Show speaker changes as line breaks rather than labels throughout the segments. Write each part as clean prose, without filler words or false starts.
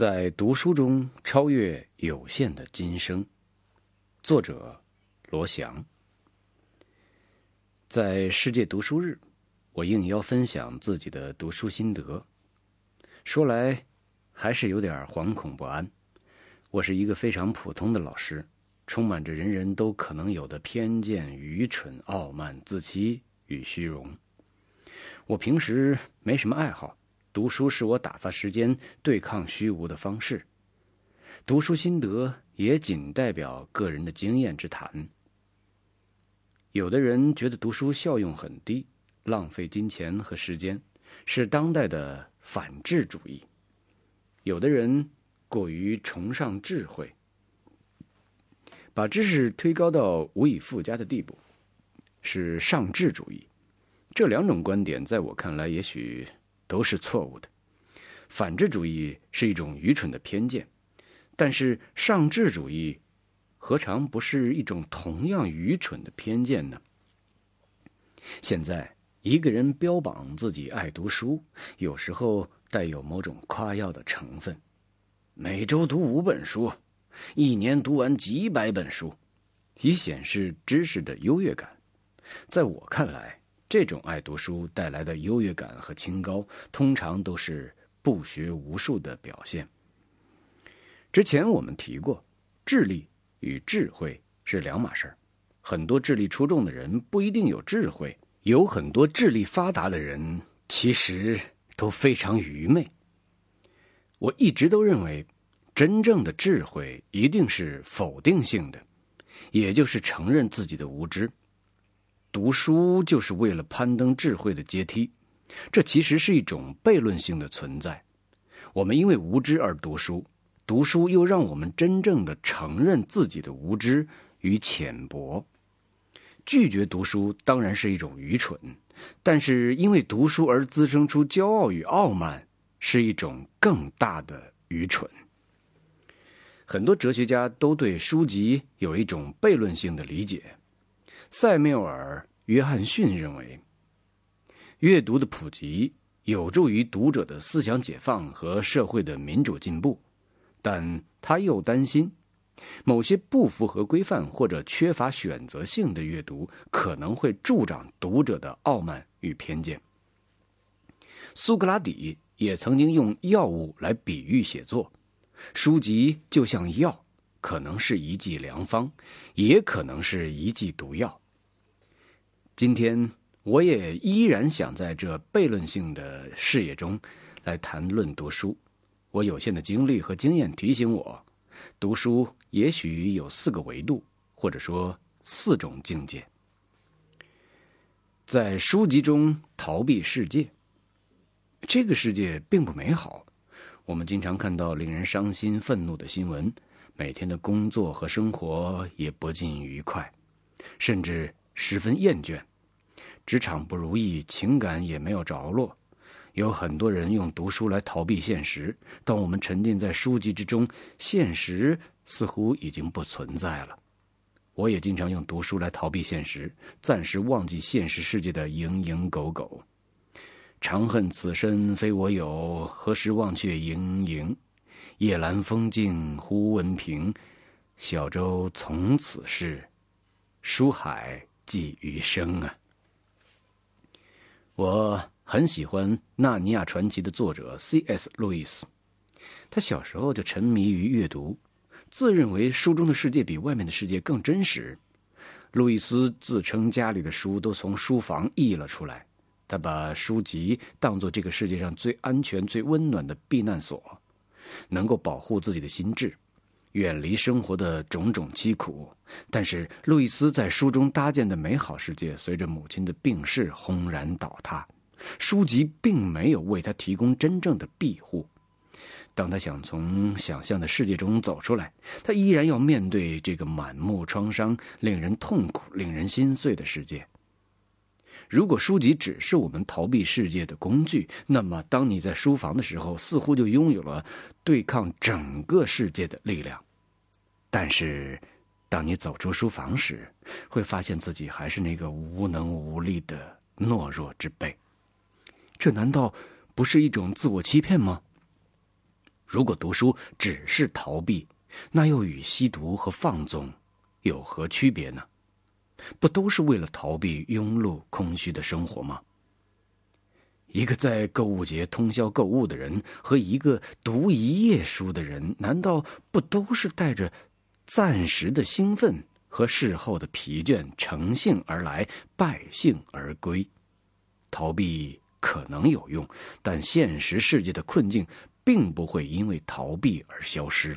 在读书中超越有限的今生。作者罗翔。在世界读书日，我应邀分享自己的读书心得。说来还是有点惶恐不安。我是一个非常普通的老师，充满着人人都可能有的偏见、愚蠢、傲慢、自欺与虚荣。我平时没什么爱好，读书是我打发时间、对抗虚无的方式。读书心得也仅代表个人的经验之谈。有的人觉得读书效用很低，浪费金钱和时间，是当代的反智主义。有的人过于崇尚智慧，把知识推高到无以复加的地步，是上智主义。这两种观点在我看来也许都是错误的。反智主义是一种愚蠢的偏见，但是上智主义何尝不是一种同样愚蠢的偏见呢？现在一个人标榜自己爱读书，有时候带有某种夸耀的成分。每周读5本书，一年读完几百本书，以显示知识的优越感。在我看来，这种爱读书带来的优越感和清高，通常都是不学无术的表现。之前我们提过，智力与智慧是两码事儿。很多智力出众的人不一定有智慧，有很多智力发达的人其实都非常愚昧。我一直都认为，真正的智慧一定是否定性的，也就是承认自己的无知。读书就是为了攀登智慧的阶梯，这其实是一种悖论性的存在。我们因为无知而读书，读书又让我们真正的承认自己的无知与浅薄。拒绝读书当然是一种愚蠢，但是因为读书而滋生出骄傲与傲慢，是一种更大的愚蠢。很多哲学家都对书籍有一种悖论性的理解。塞缪尔·约翰逊认为，阅读的普及有助于读者的思想解放和社会的民主进步，但他又担心某些不符合规范或者缺乏选择性的阅读可能会助长读者的傲慢与偏见。苏格拉底也曾经用药物来比喻写作，书籍就像药，可能是一剂良方，也可能是一剂毒药。今天我也依然想在这悖论性的视野中来谈论读书。我有限的经历和经验提醒我，读书也许有4个维度，或者说4种境界。在书籍中逃避世界，这个世界并不美好。我们经常看到令人伤心愤怒的新闻，每天的工作和生活也不尽愉快，甚至十分厌倦，职场不如意，情感也没有着落。有很多人用读书来逃避现实，当我们沉浸在书籍之中，现实似乎已经不存在了。我也经常用读书来逃避现实，暂时忘记现实世界的蝇营狗苟。长恨此身非我有，何时忘却营营？夜阑风静忽闻平，小舟从此逝，书海寄余生啊。我很喜欢《纳尼亚传奇》的作者 C.S. 路易斯，他小时候就沉迷于阅读，自认为书中的世界比外面的世界更真实。路易斯自称家里的书都从书房溢了出来，他把书籍当作这个世界上最安全、最温暖的避难所，能够保护自己的心智，远离生活的种种凄苦。但是路易斯在书中搭建的美好世界，随着母亲的病逝轰然倒塌。书籍并没有为他提供真正的庇护。当他想从想象的世界中走出来，他依然要面对这个满目创伤、令人痛苦、令人心碎的世界。如果书籍只是我们逃避世界的工具，那么当你在书房的时候，似乎就拥有了对抗整个世界的力量。但是当你走出书房时，会发现自己还是那个无能无力的懦弱之辈。这难道不是一种自我欺骗吗？ 如果读书只是逃避，那又与吸毒和放纵有何区别呢？不都是为了逃避庸碌空虚的生活吗？一个在购物节通宵购物的人和一个读一夜书的人，难道不都是带着暂时的兴奋和事后的疲倦乘兴而来，败兴而归？逃避可能有用，但现实世界的困境并不会因为逃避而消失。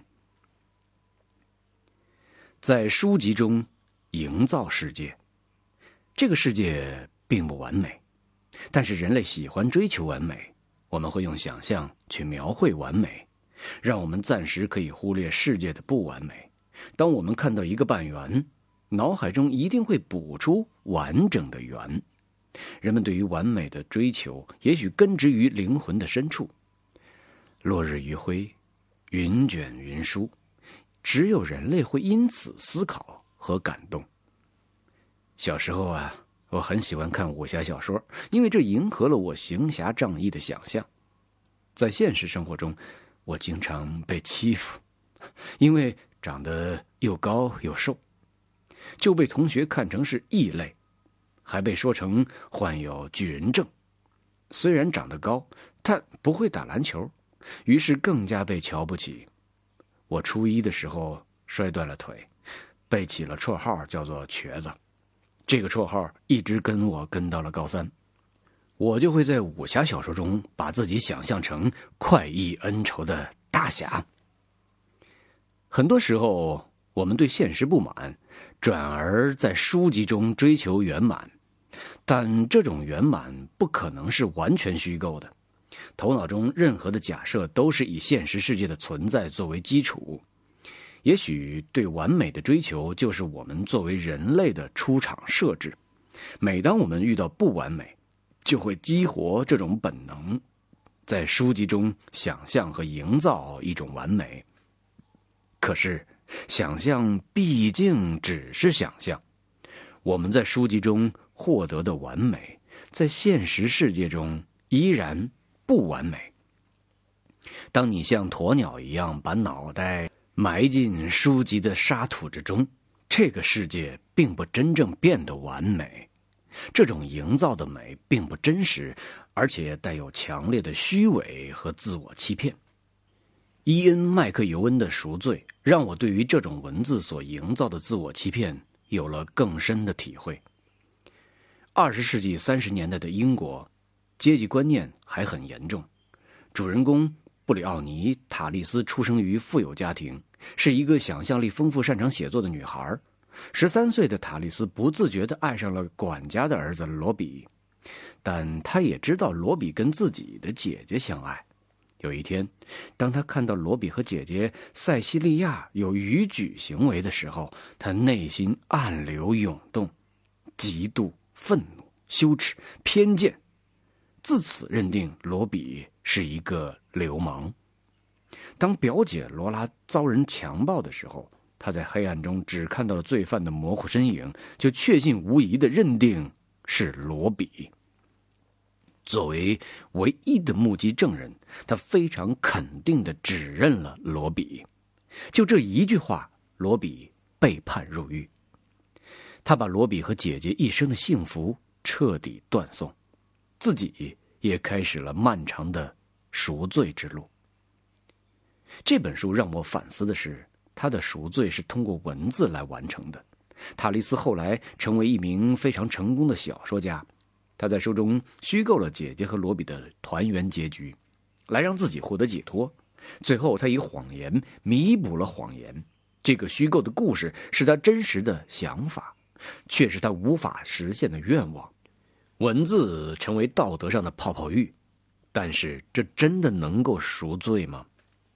在书籍中营造世界，这个世界并不完美，但是人类喜欢追求完美，我们会用想象去描绘完美，让我们暂时可以忽略世界的不完美。当我们看到一个半圆，脑海中一定会补出完整的圆。人们对于完美的追求，也许根植于灵魂的深处。落日余晖，云卷云舒，只有人类会因此思考和感动。小时候我很喜欢看武侠小说，因为这迎合了我行侠仗义的想象。在现实生活中，我经常被欺负，因为长得又高又瘦，就被同学看成是异类，还被说成患有巨人症。虽然长得高，但不会打篮球，于是更加被瞧不起。我初一的时候摔断了腿，被起了绰号叫做瘸子。这个绰号一直跟到了高三。我就会在武侠小说中把自己想象成快意恩仇的大侠。很多时候我们对现实不满，转而在书籍中追求圆满，但这种圆满不可能是完全虚构的。头脑中任何的假设都是以现实世界的存在作为基础。也许对完美的追求就是我们作为人类的出场设置。每当我们遇到不完美，就会激活这种本能，在书籍中想象和营造一种完美。可是想象毕竟只是想象，我们在书籍中获得的完美，在现实世界中依然不完美。当你像鸵鸟一样把脑袋埋进书籍的沙土之中，这个世界并不真正变得完美。这种营造的美并不真实，而且带有强烈的虚伪和自我欺骗。伊恩·麦克尤恩的《赎罪》让我对于这种文字所营造的自我欺骗有了更深的体会。20世纪30年代的英国，阶级观念还很严重。主人公布里奥尼·塔利斯出生于富有家庭，是一个想象力丰富、擅长写作的女孩。13岁的塔利斯不自觉地爱上了管家的儿子罗比，但她也知道罗比跟自己的姐姐相爱。有一天，当她看到罗比和姐姐塞西利亚有逾矩行为的时候，她内心暗流涌动，嫉妒、愤怒、羞耻、偏见，自此认定罗比是一个流氓。当表姐罗拉遭人强暴的时候，他在黑暗中只看到了罪犯的模糊身影，就确信无疑地认定是罗比。作为唯一的目击证人，他非常肯定地指认了罗比。就这一句话，罗比被判入狱。他把罗比和姐姐一生的幸福彻底断送，自己也开始了漫长的赎罪之路。这本书让我反思的是，他的赎罪是通过文字来完成的。塔利斯后来成为一名非常成功的小说家，他在书中虚构了姐姐和罗比的团圆结局，来让自己获得解脱。最后他以谎言弥补了谎言。这个虚构的故事是他真实的想法，却是他无法实现的愿望。文字成为道德上的泡泡浴，但是这真的能够赎罪吗？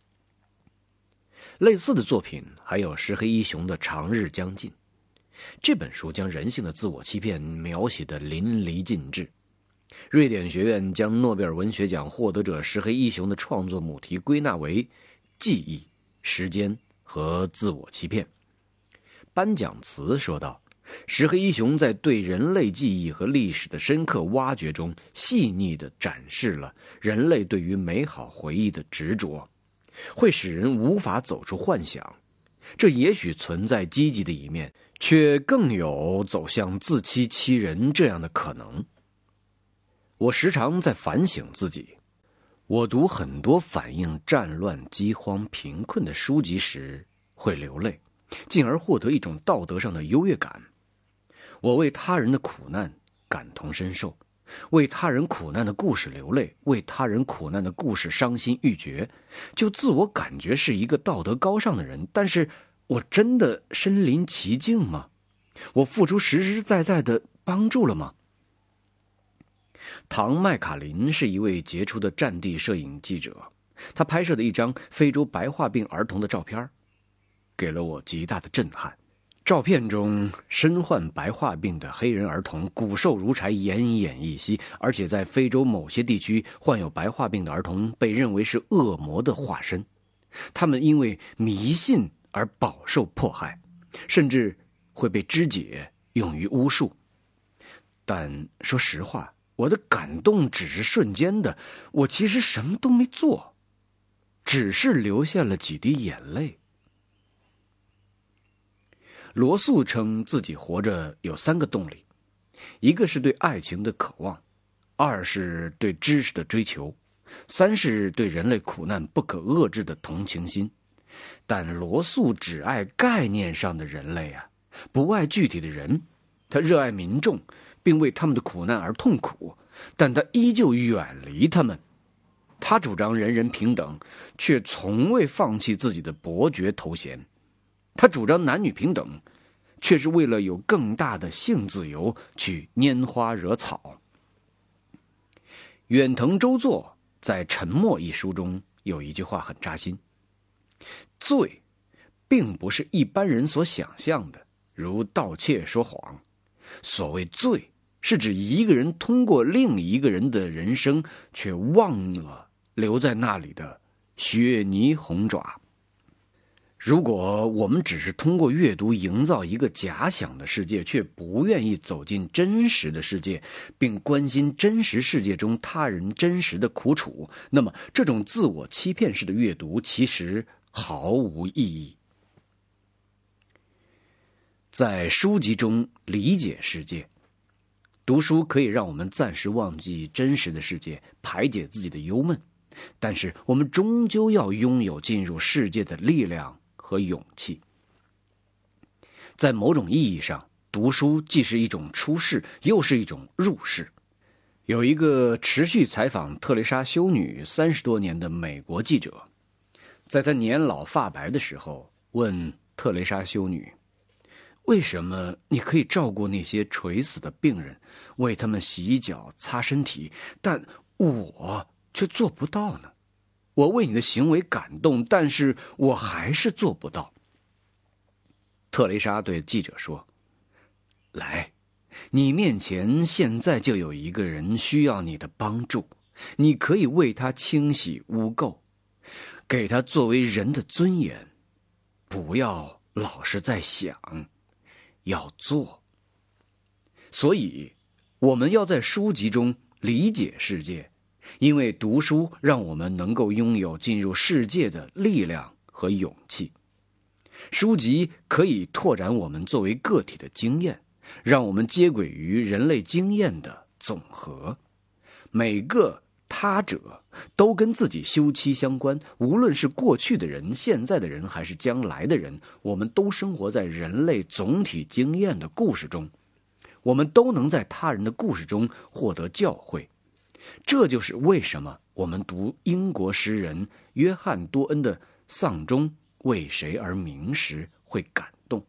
类似的作品还有石黑一雄的《长日将近》。这本书将人性的自我欺骗描写得淋漓尽致。瑞典学院将诺贝尔文学奖获得者石黑一雄的创作母题归纳为记忆、时间和自我欺骗。颁奖词说道，石黑一雄在对人类记忆和历史的深刻挖掘中，细腻地展示了人类对于美好回忆的执着。 会使人无法走出幻想。这也许存在积极的一面，却更有走向自欺欺人这样的可能。我时常在反省自己，我读很多反映战乱、饥荒、贫困的书籍时会流泪，进而获得一种道德上的优越感。我为他人的苦难感同身受，为他人苦难的故事流泪，为他人苦难的故事伤心欲绝，就自我感觉是一个道德高尚的人。但是我真的身临其境吗？我付出实实在在的帮助了吗？唐麦卡林是一位杰出的战地摄影记者，他拍摄的一张非洲白化病儿童的照片，给了我极大的震撼。照片中身患白化病的黑人儿童骨瘦如柴，奄奄一息，而且在非洲某些地区，患有白化病的儿童被认为是恶魔的化身，他们因为迷信而饱受迫害，甚至会被肢解用于巫术。但说实话，我的感动只是瞬间的，我其实什么都没做，只是流下了几滴眼泪。罗素称自己活着有3个动力，一个是对爱情的渴望，2是对知识的追求，3是对人类苦难不可遏制的同情心。但罗素只爱概念上的人类啊，不爱具体的人。他热爱民众，并为他们的苦难而痛苦，但他依旧远离他们。他主张人人平等，却从未放弃自己的伯爵头衔。他主张男女平等，却是为了有更大的性自由去拈花惹草。远藤周作在《沉默》一书中有一句话很扎心：罪并不是一般人所想象的，如盗窃、说谎。所谓罪，是指一个人通过另一个人的人生，却忘了留在那里的雪泥红爪。如果我们只是通过阅读营造一个假想的世界，却不愿意走进真实的世界，并关心真实世界中他人真实的苦楚，那么这种自我欺骗式的阅读其实毫无意义。在书籍中理解世界，读书可以让我们暂时忘记真实的世界，排解自己的忧闷，但是我们终究要拥有进入世界的力量和勇气。在某种意义上，读书既是一种出世，又是一种入世。有一个持续采访特蕾莎修女30多年的美国记者，在她年老发白的时候，问特蕾莎修女，为什么你可以照顾那些垂死的病人，为他们洗脚擦身体，但我却做不到呢？我为你的行为感动，但是我还是做不到。特蕾莎对记者说，来，你面前现在就有一个人需要你的帮助，你可以为他清洗污垢，给他作为人的尊严，不要老是在想，要做。所以我们要在书籍中理解世界，因为读书让我们能够拥有进入世界的力量和勇气。书籍可以拓展我们作为个体的经验，让我们接轨于人类经验的总和。每个他者都跟自己休戚相关，无论是过去的人、现在的人还是将来的人，我们都生活在人类总体经验的故事中，我们都能在他人的故事中获得教诲。这就是为什么我们读英国诗人约翰多恩的丧钟为谁而鸣时会感动。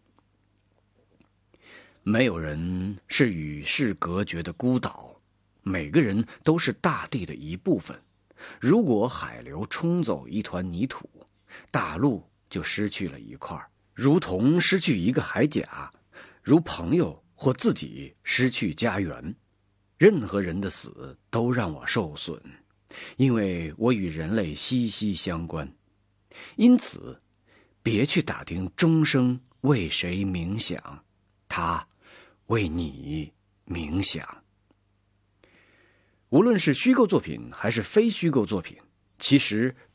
没有人是与世隔绝的孤岛，每个人都是大地的一部分。如果海流冲走一团泥土，大陆就失去了一块，如同失去一个海甲，如朋友或自己失去家园。任何人的死都让我受损，因为我与人类息息相关。因此，别去打听钟声为谁鸣响，它为你冥想。无论是虚构作品还是非虚构作品，其实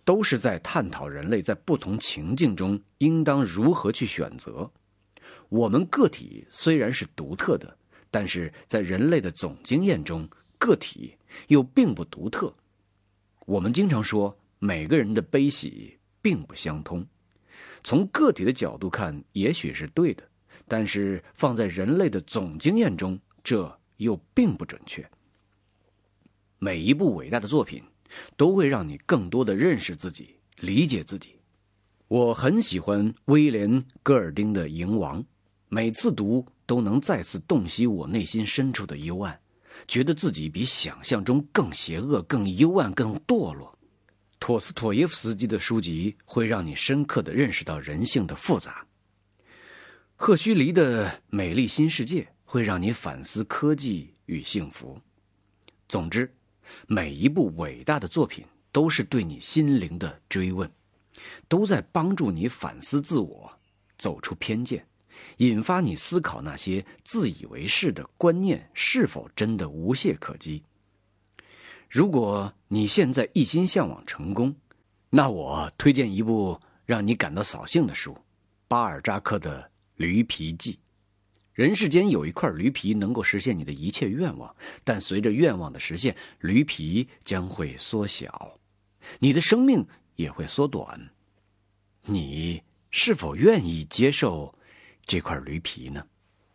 都是在探讨人类在不同情境中应当如何去选择。我们个体虽然是独特的，但是在人类的总经验中，个体又并不独特。我们经常说，每个人的悲喜并不相通。从个体的角度看，也许是对的，但是放在人类的总经验中，这又并不准确。每一部伟大的作品都会让你更多地认识自己，理解自己。我很喜欢威廉·戈尔丁的《蝇王》，每次读都能再次洞悉我内心深处的幽暗，觉得自己比想象中更邪恶、更幽暗、更堕落。陀思妥耶夫斯基的书籍会让你深刻地认识到人性的复杂。赫胥黎的《美丽新世界》会让你反思科技与幸福。总之，每一部伟大的作品都是对你心灵的追问，都在帮助你反思自我，走出偏见，引发你思考那些自以为是的观念是否真的无懈可击。如果你现在一心向往成功，那我推荐一部让你感到扫兴的书，巴尔扎克的《驴皮记》。人世间有一块驴皮能够实现你的一切愿望，但随着愿望的实现，驴皮将会缩小，你的生命也会缩短。你是否愿意接受这块驴皮呢？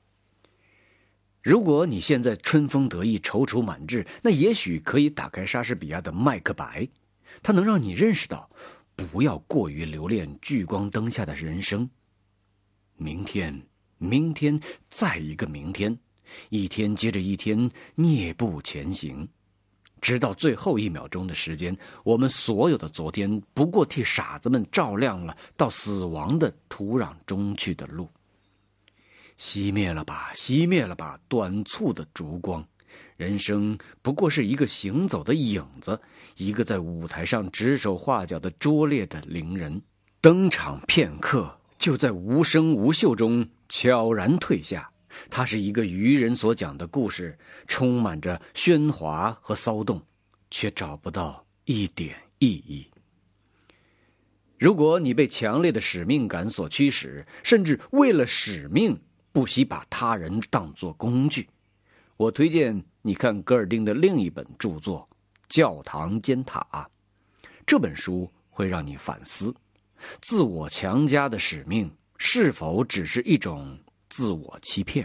如果你现在春风得意、踌躇满志，那也许可以打开莎士比亚的《麦克白》，它能让你认识到，不要过于留恋聚光灯下的人生。明天，再一个明天，一天接着一天，蹑步前行，直到最后一秒钟的时间，我们所有的昨天不过替傻子们照亮了到死亡的土壤中去的路。熄灭了吧，熄灭了吧，短促的烛光。人生不过是一个行走的影子，一个在舞台上指手画脚的拙劣的伶人，登场片刻，就在无声无嗅中悄然退下。它是一个愚人所讲的故事，充满着喧哗和骚动，却找不到一点意义。如果你被强烈的使命感所驱使，甚至为了使命不惜把他人当作工具，我推荐你看戈尔丁的另一本著作《教堂尖塔》。这本书会让你反思，自我强加的使命是否只是一种自我欺骗。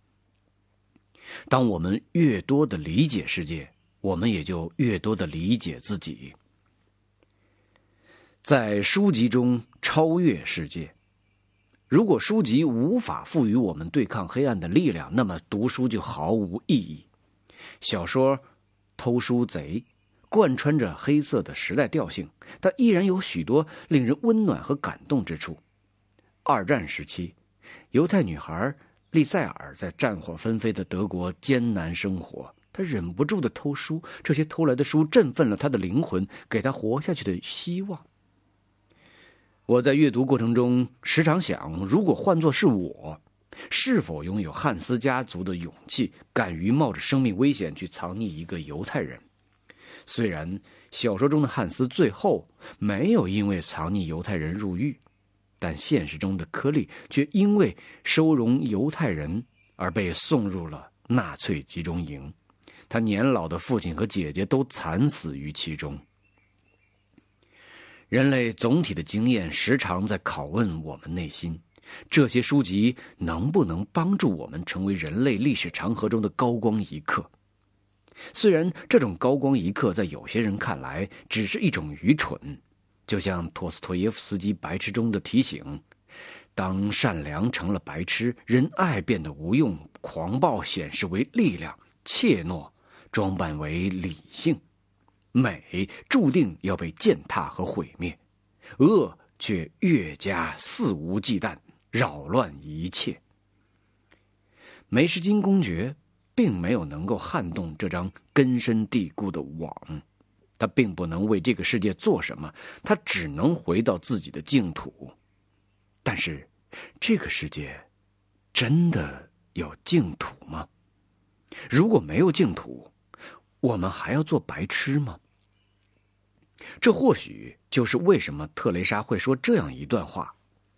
当我们越多地理解世界，我们也就越多地理解自己。在书籍中超越世界。如果书籍无法赋予我们对抗黑暗的力量，那么读书就毫无意义。小说《偷书贼》贯穿着黑色的时代调性，但依然有许多令人温暖和感动之处。二战时期，犹太女孩丽塞尔在战火纷飞的德国艰难生活，她忍不住地偷书，这些偷来的书振奋了她的灵魂，给她活下去的希望。我在阅读过程中时常想，如果换作是我，是否拥有汉斯家族的勇气，敢于冒着生命危险去藏匿一个犹太人？虽然小说中的汉斯最后没有因为藏匿犹太人入狱，但现实中的柯利却因为收容犹太人而被送入了纳粹集中营，他年老的父亲和姐姐都惨死于其中。人类总体的经验时常在拷问我们内心，这些书籍能不能帮助我们成为人类历史长河中的高光一刻？虽然这种高光一刻在有些人看来只是一种愚蠢，就像陀思妥耶夫斯基《白痴》中的提醒，当善良成了白痴，仁爱变得无用，狂暴显示为力量，怯懦装扮为理性，美注定要被践踏和毁灭，恶却越加肆无忌惮，扰乱一切。梅什金公爵并没有能够撼动这张根深蒂固的网，他并不能为这个世界做什么，他只能回到自己的净土。但是这个世界真的有净土吗？如果没有净土，我们还要做白痴吗？ 这或许就是为什么特蕾莎会说这样一段话：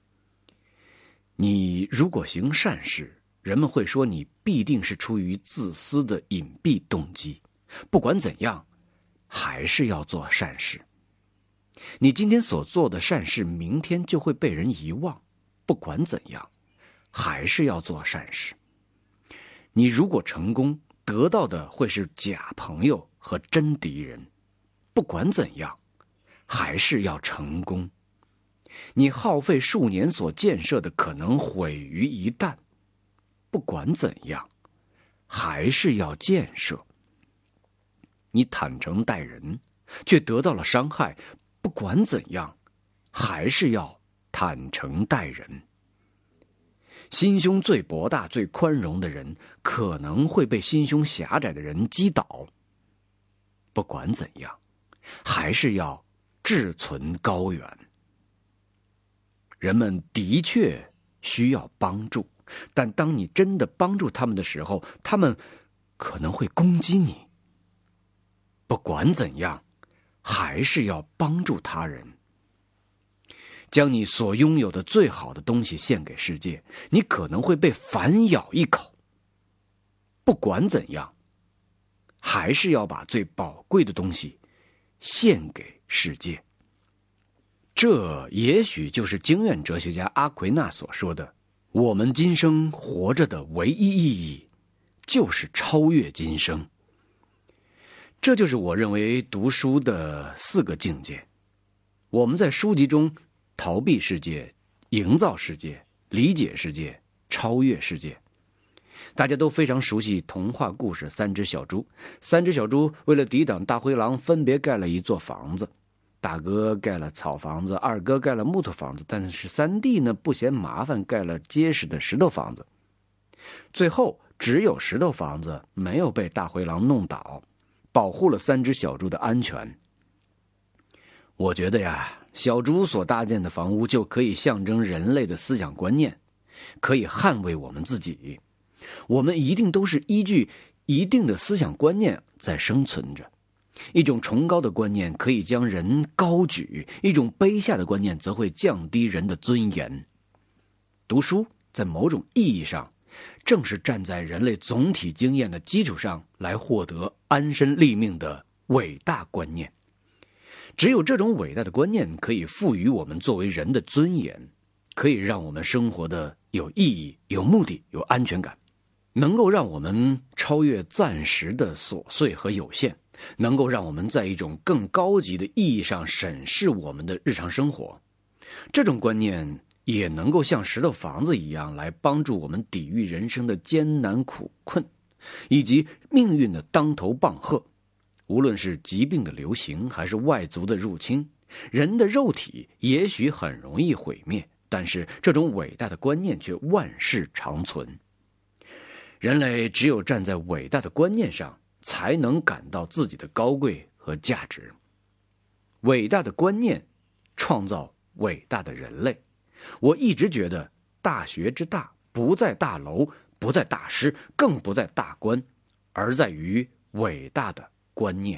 你如果行善事，人们会说你必定是出于自私的隐蔽动机，不管怎样，还是要做善事。你今天所做的善事，明天就会被人遗忘，不管怎样，还是要做善事。你如果成功，得到的会是假朋友和真敌人，不管怎样，还是要成功。你耗费数年所建设的可能毁于一旦，不管怎样，还是要建设。你坦诚待人，却得到了伤害，不管怎样，还是要坦诚待人。心胸最博大、最宽容的人，可能会被心胸狭窄的人击倒。不管怎样，还是要志存高远。人们的确需要帮助，但当你真的帮助他们的时候，他们可能会攻击你。不管怎样，还是要帮助他人。将你所拥有的最好的东西献给世界，你可能会被反咬一口。不管怎样，还是要把最宝贵的东西献给世界。这也许就是经验哲学家阿奎那所说的，我们今生活着的唯一意义，就是超越今生。这就是我认为读书的4个境界。我们在书籍中逃避世界，营造世界，理解世界，超越世界。大家都非常熟悉童话故事3只小猪。3只小猪为了抵挡大灰狼，分别盖了一座房子。大哥盖了草房子，二哥盖了木头房子，但是三弟呢不嫌麻烦，盖了结实的石头房子。最后只有石头房子没有被大灰狼弄倒，保护了3只小猪的安全。我觉得呀，小猪所搭建的房屋就可以象征人类的思想观念，可以捍卫我们自己。我们一定都是依据一定的思想观念在生存着。一种崇高的观念可以将人高举，一种卑下的观念则会降低人的尊严。读书在某种意义上，正是站在人类总体经验的基础上来获得安身立命的伟大观念。只有这种伟大的观念可以赋予我们作为人的尊严，可以让我们生活的有意义、有目的、有安全感，能够让我们超越暂时的琐碎和有限，能够让我们在一种更高级的意义上审视我们的日常生活。这种观念也能够像石头房子一样来帮助我们抵御人生的艰难苦困，以及命运的当头棒喝。无论是疾病的流行还是外族的入侵，人的肉体也许很容易毁灭，但是这种伟大的观念却万世长存。人类只有站在伟大的观念上，才能感到自己的高贵和价值。伟大的观念创造伟大的人类。我一直觉得大学之大，不在大楼，不在大师，更不在大官，而在于伟大的观念。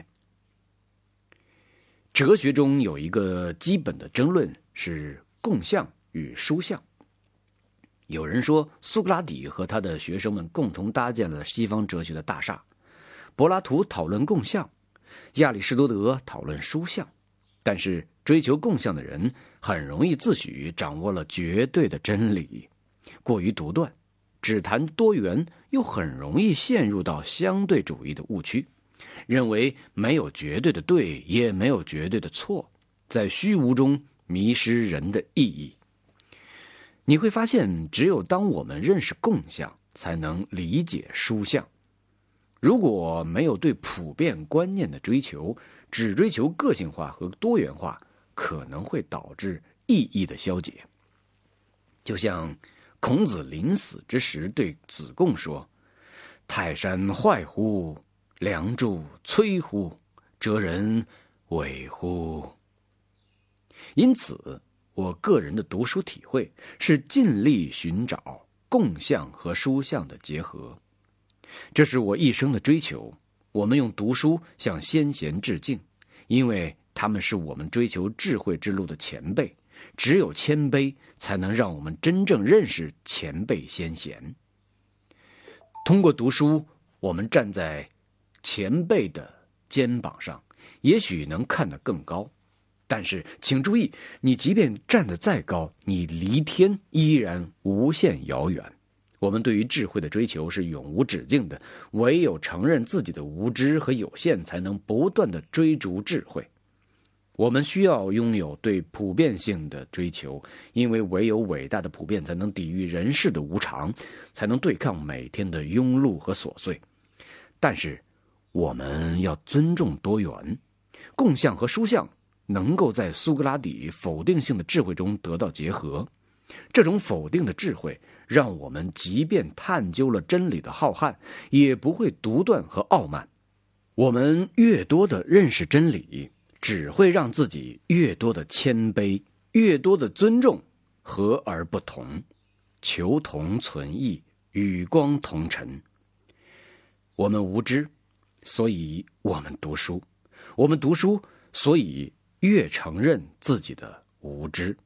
哲学中有一个基本的争论是共相与殊相。有人说苏格拉底和他的学生们共同搭建了西方哲学的大厦，柏拉图讨论共相，亚里士多德讨论殊相。但是追求共相的人很容易自诩掌握了绝对的真理，过于独断，只谈多元，又很容易陷入到相对主义的误区，认为没有绝对的对，也没有绝对的错，在虚无中迷失人的意义。你会发现，只有当我们认识共相，才能理解殊相。如果没有对普遍观念的追求，只追求个性化和多元化，可能会导致意义的消解。就像孔子临死之时对子贡说：“泰山坏乎？梁柱摧乎？哲人伪乎？”因此，我个人的读书体会是尽力寻找共相和殊相的结合，这是我一生的追求。我们用读书向先贤致敬，因为他们是我们追求智慧之路的前辈，只有谦卑才能让我们真正认识前辈先贤。通过读书，我们站在前辈的肩膀上，也许能看得更高。但是请注意，你即便站得再高，你离天依然无限遥远。我们对于智慧的追求是永无止境的，唯有承认自己的无知和有限，才能不断地追逐智慧。我们需要拥有对普遍性的追求，因为唯有伟大的普遍才能抵御人世的无常，才能对抗每天的庸碌和琐碎。但是我们要尊重多元，共相和殊相能够在苏格拉底否定性的智慧中得到结合。这种否定的智慧让我们即便探究了真理的浩瀚，也不会独断和傲慢。我们越多地认识真理，只会让自己越多的谦卑，越多的尊重，和而不同，求同存异，与光同尘。我们无知，所以我们读书；我们读书，所以越承认自己的无知。